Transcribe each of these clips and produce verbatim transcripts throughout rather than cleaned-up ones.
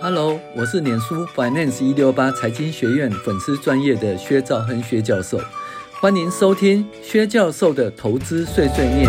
Hello， 我是脸书 Finance 一六八财经学院粉丝专业的薛兆亨薛教授，欢迎收听薛教授的投资碎碎念。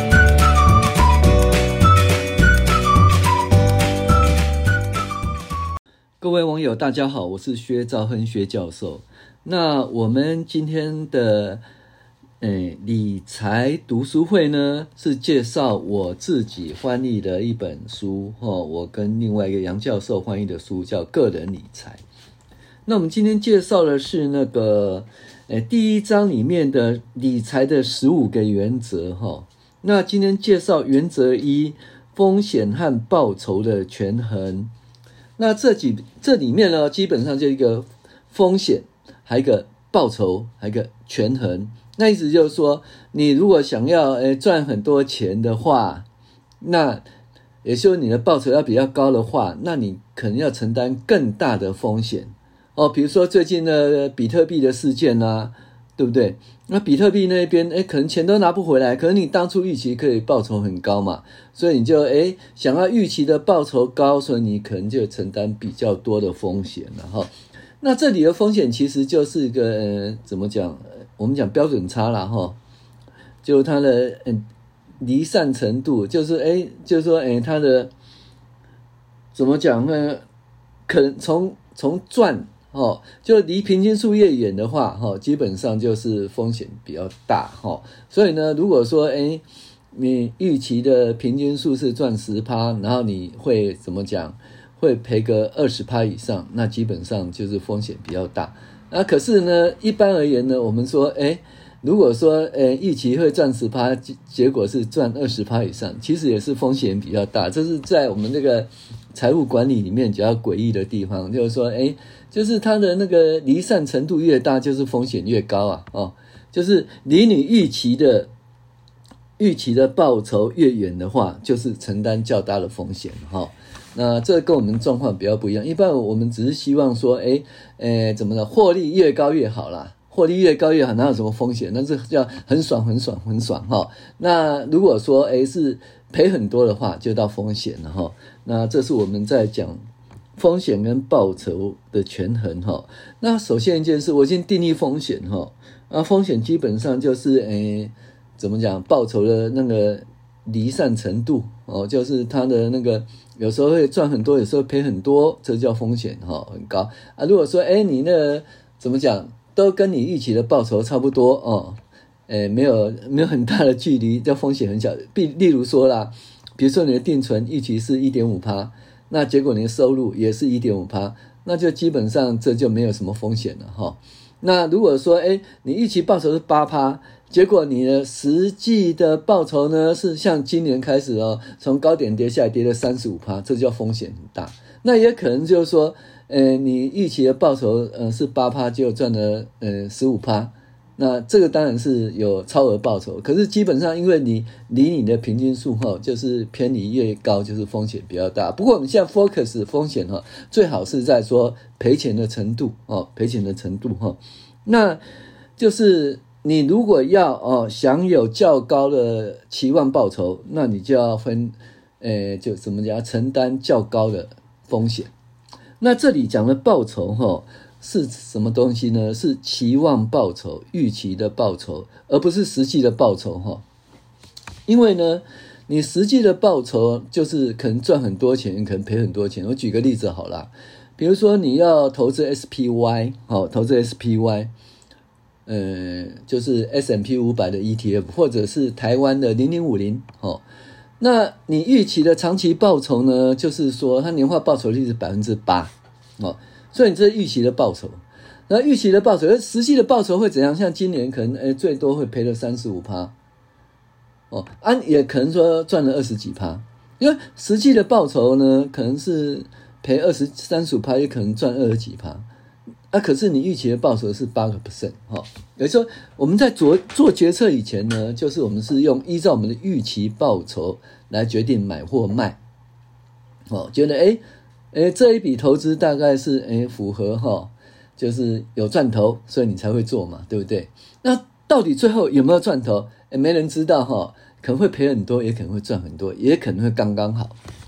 各位网友大家好，我是薛兆亨薛教授。那我们今天的诶理财读书会呢，是介绍我自己翻译的一本书，哦，我跟另外一个杨教授翻译的书叫《个人理财》。那我们今天介绍的是那个诶第一章里面的理财的十五个原则，哈。那今天介绍原则一，风险和报酬的权衡。那这几这里面呢，基本上就一个风险，还有一个报酬，还有一个权衡。那意思就是说，你如果想要诶赚很多钱的话，那也就是你的报酬要比较高的话，那你可能要承担更大的风险哦。比如说最近的比特币的事件啊，对不对？那比特币那边诶可能钱都拿不回来，可是你当初预期可以报酬很高嘛，所以你就诶想要预期的报酬高，所以你可能就承担比较多的风险了哈。那这里的风险其实就是一个呃怎么讲？我们讲标准差啦齁，就它的嗯离散程度，就是诶就是说诶它的怎么讲呢？可能从从赚哦，就离平均数越远的话齁，基本上就是风险比较大齁。所以呢，如果说诶你预期的平均数是赚 百分之十， 然后你会怎么讲？会赔个 百分之二十 以上，那基本上就是风险比较大。那可是呢，一般而言呢，我们说，诶如果说，诶预期会赚 百分之十， 结果是赚 百分之二十 以上，其实也是风险比较大。这是在我们这个财务管理里面比较诡异的地方，就是说，诶就是它的那个离散程度越大，就是风险越高啊，哦，就是离你预期的预期的报酬越远的话，就是承担较大的风险，哈、哦。那这跟我们状况比较不一样，一般我们只是希望说，诶诶怎么呢？获利越高越好啦，获利越高越好，哪有什么风险？那是叫很爽很爽很爽哈。那如果说诶是赔很多的话，就到风险了哈。那这是我们在讲风险跟报酬的权衡哈。那首先一件事，我先定义风险哈。那风险基本上就是诶怎么讲？报酬的那个离散程度哦，就是它的那个有时候会赚很多，有时候赔很多，这叫风险哈、哦，很高啊。如果说诶你那个怎么讲，都跟你预期的报酬差不多哦，诶没有没有很大的距离，叫风险很小。例例如说啦，比如说你的定存预期是 百分之一点五， 那结果你的收入也是 百分之一点五， 那就基本上这就没有什么风险了哈、哦。那如果说诶你预期报酬是 百分之八，结果你的实际的报酬呢是像今年开始哦，从高点跌下来跌了 百分之三十五， 这叫风险很大。那也可能就是说呃你预期的报酬呃是 百分之八， 结果赚了呃 百分之十五， 那这个当然是有超额报酬。可是基本上因为你离你的平均数哈，就是偏离越高，就是风险比较大。不过我们现在 focus 风险哈，最好是在说赔钱的程度哦，赔钱的程度哈，那就是你如果要哦享有较高的期望报酬，那你就要分，呃，就怎么讲，承担较高的风险。那这里讲的报酬哈、哦、是什么东西呢？是期望报酬、预期的报酬，而不是实际的报酬哈、哦。因为呢，你实际的报酬就是可能赚很多钱，可能赔很多钱。我举个例子好啦，比如说你要投资 S P Y， 好，投资 S P Y。呃，就是 S and P 五百 的 E T F， 或者是台湾的零零五零，哦，那你预期的长期报酬呢？就是说它年化报酬率是 百分之八， 哦，所以你这是预期的报酬。那预期的报酬，实际的报酬会怎样？像今年可能诶最多会赔了 百分之三十五， 哦，啊也可能说赚了二十几%，因为实际的报酬呢可能是赔二十、三十五%，也可能赚二十几%。啊，可是你预期的报酬是 百分之八， 哈，也就是说我们在做做决策以前呢，就是我们是用依照我们的预期报酬来决定买或卖，哦，觉得诶诶这一笔投资大概是诶符合哈，就是有赚头，所以你才会做嘛，对不对？那到底最后有没有赚头？诶没人知道哈，可能会赔很多，也可能会赚很多，也可能会刚刚好。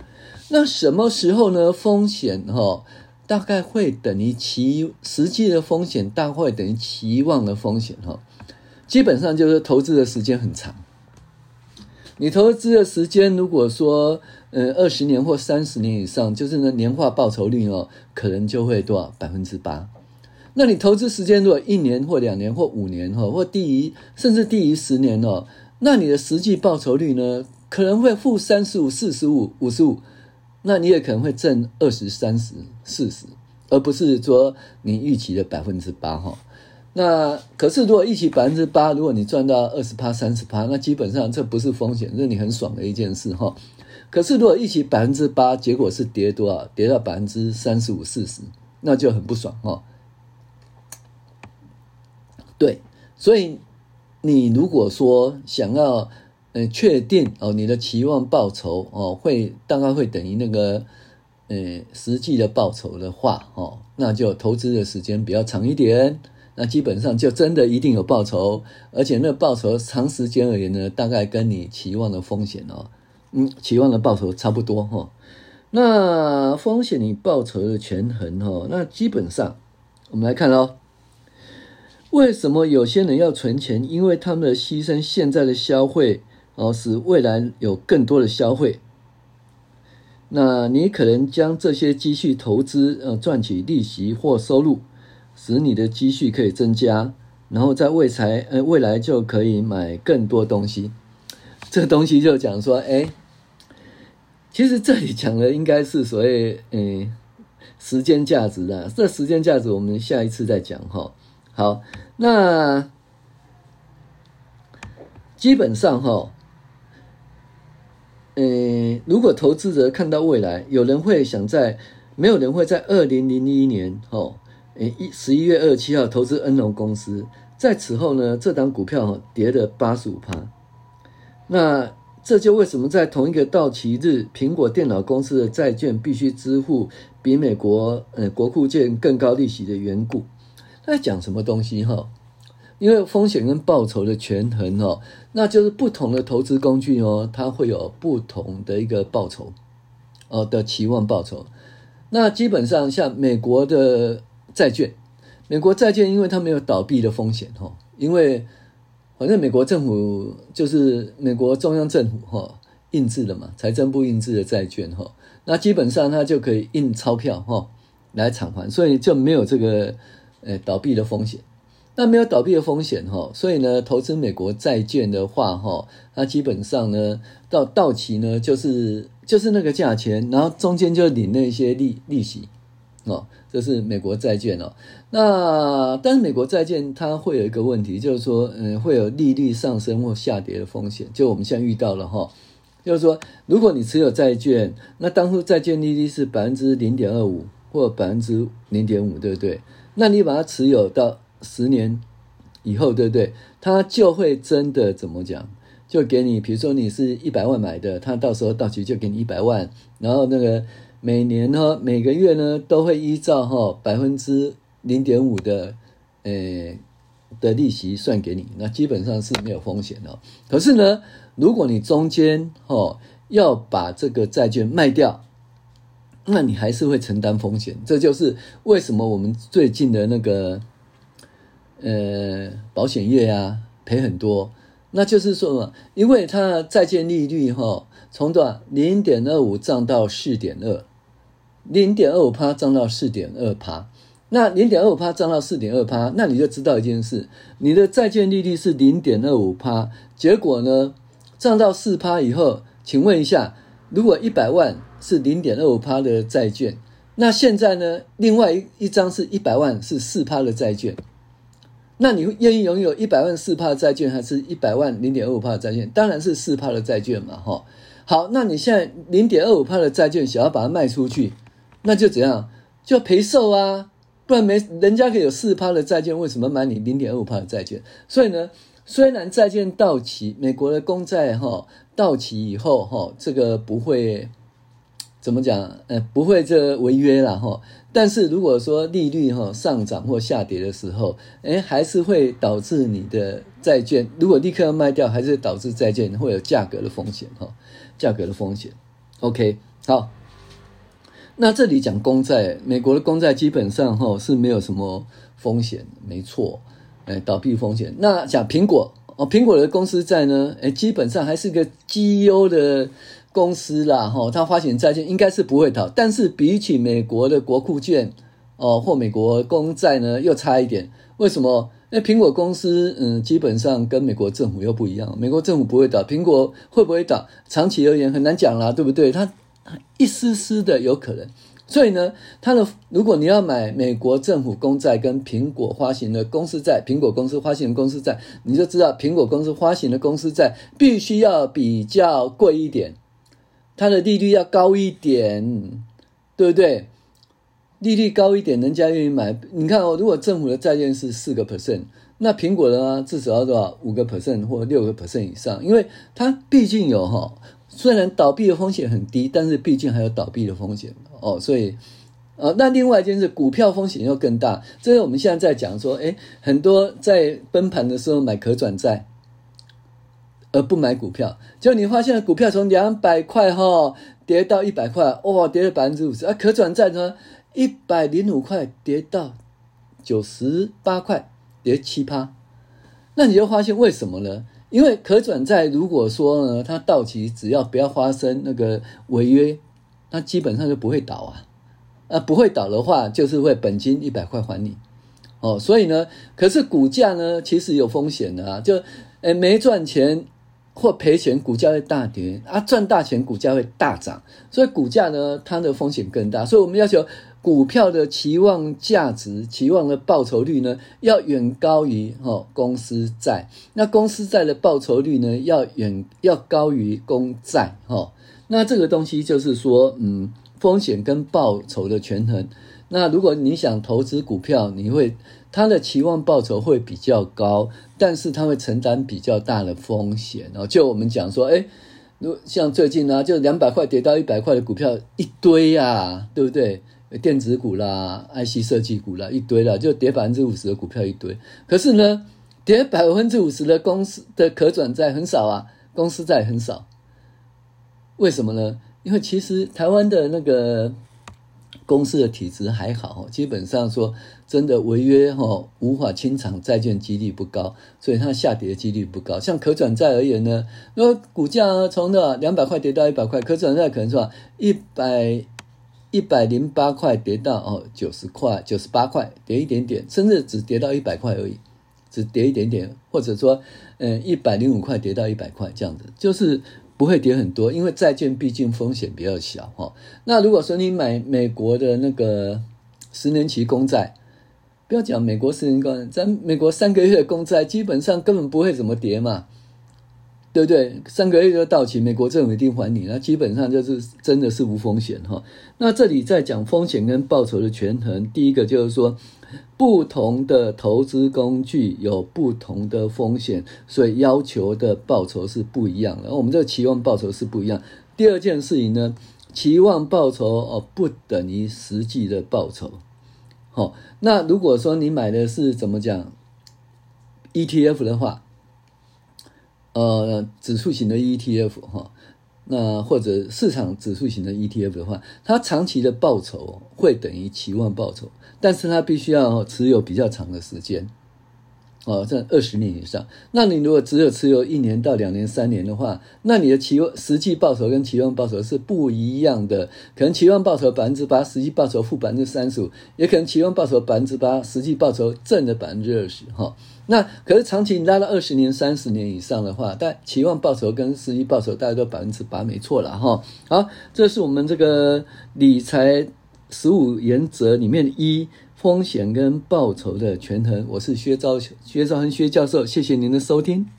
那什么时候呢？风险哈，大概会等于期实际的风险，大概会等于期望的风险哈。基本上就是投资的时间很长，你投资的时间如果说呃二十年或三十年以上，就是呢年化报酬率哦，可能就会多少百分之八。那你投资时间如果一年或两年或五年哈，或低于甚至低于十年哦，那你的实际报酬率呢可能会负三十五、四十五、五十五。那你也可能会挣二十、三十、四十，而不是说你预期的百分之八哈。那可是如果预期百分之八，如果你赚到二十趴、三十趴，那基本上这不是风险，这是你很爽的一件事哈。可是如果预期百分之八，结果是跌多少？跌到百分之三十五、四十，那就很不爽哈。对，所以你如果说想要呃，确定哦，你的期望报酬哦，会大概会等于那个呃实际的报酬的话哦，那就投资的时间比较长一点，那基本上就真的一定有报酬，而且那报酬长时间而言呢，大概跟你期望的风险哦，嗯，期望的报酬差不多哈、哦。那风险与报酬的权衡哈、哦，那基本上我们来看哦。为什么有些人要存钱？因为他们的牺牲现在的消费哦，使未来有更多的消费。那你可能将这些积蓄投资，呃，赚取利息或收入，使你的积蓄可以增加，然后在未来，呃，未来就可以买更多东西。这个东西就讲说，哎，其实这里讲的应该是所谓，呃，时间价值啊。这时间价值我们下一次再讲哈。好，那基本上哈。呃，如果投资者看到未来，有人会想在，没有人会在二零零一年哦，诶，十一月二十七号投资恩隆公司，在此后呢，这档股票哦跌了 百分之八十五。那这就为什么在同一个到期日，苹果电脑公司的债券必须支付比美国呃国库券更高利息的缘故。在讲什么东西哈？因为风险跟报酬的权衡哦，那就是不同的投资工具哦，它会有不同的一个报酬哦的期望报酬。那基本上像美国的债券，美国债券因为它没有倒闭的风险哈，因为反正美国政府就是美国中央政府哈印制的嘛，财政部印制的债券哈，那基本上它就可以印钞票哈来偿还，所以就没有这个呃倒闭的风险。那没有倒闭的风险哈，所以呢，投资美国债券的话哈，它基本上呢到到期呢就是就是那个价钱，然后中间就领那些利利息哦，这是美国债券哦。那但是美国债券它会有一个问题，就是说嗯会有利率上升或下跌的风险，就我们现在遇到了哈，就是说如果你持有债券，那当初债券利率是百分之零点二五或百分之零点五，对不对？那你把它持有到十年以后，对不对？它就会真的怎么讲？就给你，比如说你是一百万买的，它到时候到期就给你一百万，然后那个每年呢，每个月呢都会依照哈百分之零点五的呃的利息算给你，那基本上是没有风险的。可是呢，如果你中间哈要把这个债券卖掉，那你还是会承担风险。这就是为什么我们最近的那个。呃，保险业啊，赔很多，那就是说嘛，因为它债券利率哈，从多少 零点二五 涨到 四点二， 零点二五 趴涨到 四点二 趴，那 零点二五 趴涨到 四点二 趴，那你就知道一件事，你的债券利率是 零点二五 趴，结果呢，涨到 四 趴以后，请问一下，如果一百万是 零点二五 趴的债券，那现在呢，另外一一张是一百万是 四 趴的债券。那你愿意拥有一百万 四 趴的债券，还是一百万 零点二五 趴的债券？当然是 四 趴的债券嘛，齁。好，那你现在 零点二五 趴的债券想要把它卖出去，那就怎样？就赔售啊，不然没人家可以有 四 趴的债券，为什么买你 零点二五 趴的债券？所以呢，虽然债券到期，美国的公债齁到期以后齁，这个不会怎么讲？呃，不会这违约啦齁。但是如果说利率哈上涨或下跌的时候，哎，还是会导致你的债券，如果立刻要卖掉，还是导致债券会有价格的风险哈，价格的风险。OK， 好， 那这里讲公债，美国的公债基本上齁是没有什么风险，没错，哎，倒闭风险。那讲苹果哦，苹果的公司债呢，哎，基本上还是个绩优的公司啦，齁，它发行债券应该是不会倒，但是比起美国的国库券哦或美国公债呢，又差一点。为什么？那苹果公司，嗯，基本上跟美国政府又不一样。美国政府不会倒，苹果会不会倒？长期而言很难讲啦，对不对？它一丝丝的有可能。所以呢，它的如果你要买美国政府公债跟苹果发行的公司债，苹果公司发行的公司债，你就知道苹果公司发行的公司债必须要比较贵一点，它的利率要高一点，对不对？利率高一点，人家愿意买。你看哦，如果政府的债券是 百分之四， 那苹果呢至少要多少 百分之五 或 百分之六 以上，因为它毕竟有齁，虽然倒闭的风险很低，但是毕竟还有倒闭的风险哦，所以呃，那另外一件事，股票风险又更大。这是我们现在在讲说，诶，很多在崩盘的时候买可转债，而不买股票，就你发现股票从两百块齁跌到一百块，哇，跌了 百分之五十， 啊，可转债呢一百零五块跌到九十八块，跌 百分之七。 那你就发现为什么呢？因为可转债如果说呢它到期只要不要发生那个违约，那基本上就不会倒啊。啊，不会倒的话就是会本金一百块还你。哦，所以呢，可是股价呢其实有风险的啊，就诶没赚钱或赔钱，股价会大跌啊；赚大钱，股价会大涨。所以股价呢，它的风险更大。所以我们要求股票的期望价值、期望的报酬率呢，要远高于哦公司债。那公司债的报酬率呢，要远要高于公债。哦，那这个东西就是说，嗯，风险跟报酬的权衡。那如果你想投资股票，你会它的期望报酬会比较高，但是它会承担比较大的风险哦。就我们讲说，诶，如像最近啊，就两百块跌到一百块的股票一堆啊，对不对？电子股啦、I C 设计股啦，一堆啦，就跌 百分之五十 的股票一堆。可是呢，跌 百分之五十 的公司的可转债很少啊，公司债很少。为什么呢？因为其实台湾的那个公司的体质还好，基本上说真的违约无法清偿债券几率不高，所以它下跌的几率不高。像可转债而言呢，如果股价从那两百块跌到一百块，可转债可能说一百一百零八块跌到哦九十块、九十八块，跌一点点，甚至只跌到一百块而已，只跌一点点，或者说嗯一百零五块跌到一百块这样子，就是不会跌很多，因为债券毕竟风险比较小齁。那如果说你买美国的那个十年期公债，不要讲美国十年期公债，咱美国三个月的公债基本上根本不会怎么跌嘛，对不对？三个月就到期，美国政府一定还你，那基本上就是真的是无风险齁。那这里在讲风险跟报酬的权衡，第一个就是说，不同的投资工具有不同的风险，所以要求的报酬是不一样的。我们这个期望报酬是不一样。第二件事情呢，期望报酬哦不等于实际的报酬。好，那如果说你买的是怎么讲 E T F 的话，呃，指数型的 E T F 哈。那或者市场指数型的 E T F 的话，它长期的报酬会等于期望报酬，但是它必须要持有比较长的时间，哦，这二十年以上。那你如果只有持有一年到两年、三年的话，那你的期望实际报酬跟期望报酬是不一样的。可能期望报酬百分之八，实际报酬负百分之三十五，也可能期望报酬百分之八，实际报酬正的百分之二十哈。那可是长期你拉到二十年、三十年以上的话，但期望报酬跟实际报酬大概都百分之八，没错啦哈。好，这是我们这个理财十五原则里面一风险跟报酬的权衡。我是薛兆薛兆亨薛教授，谢谢您的收听。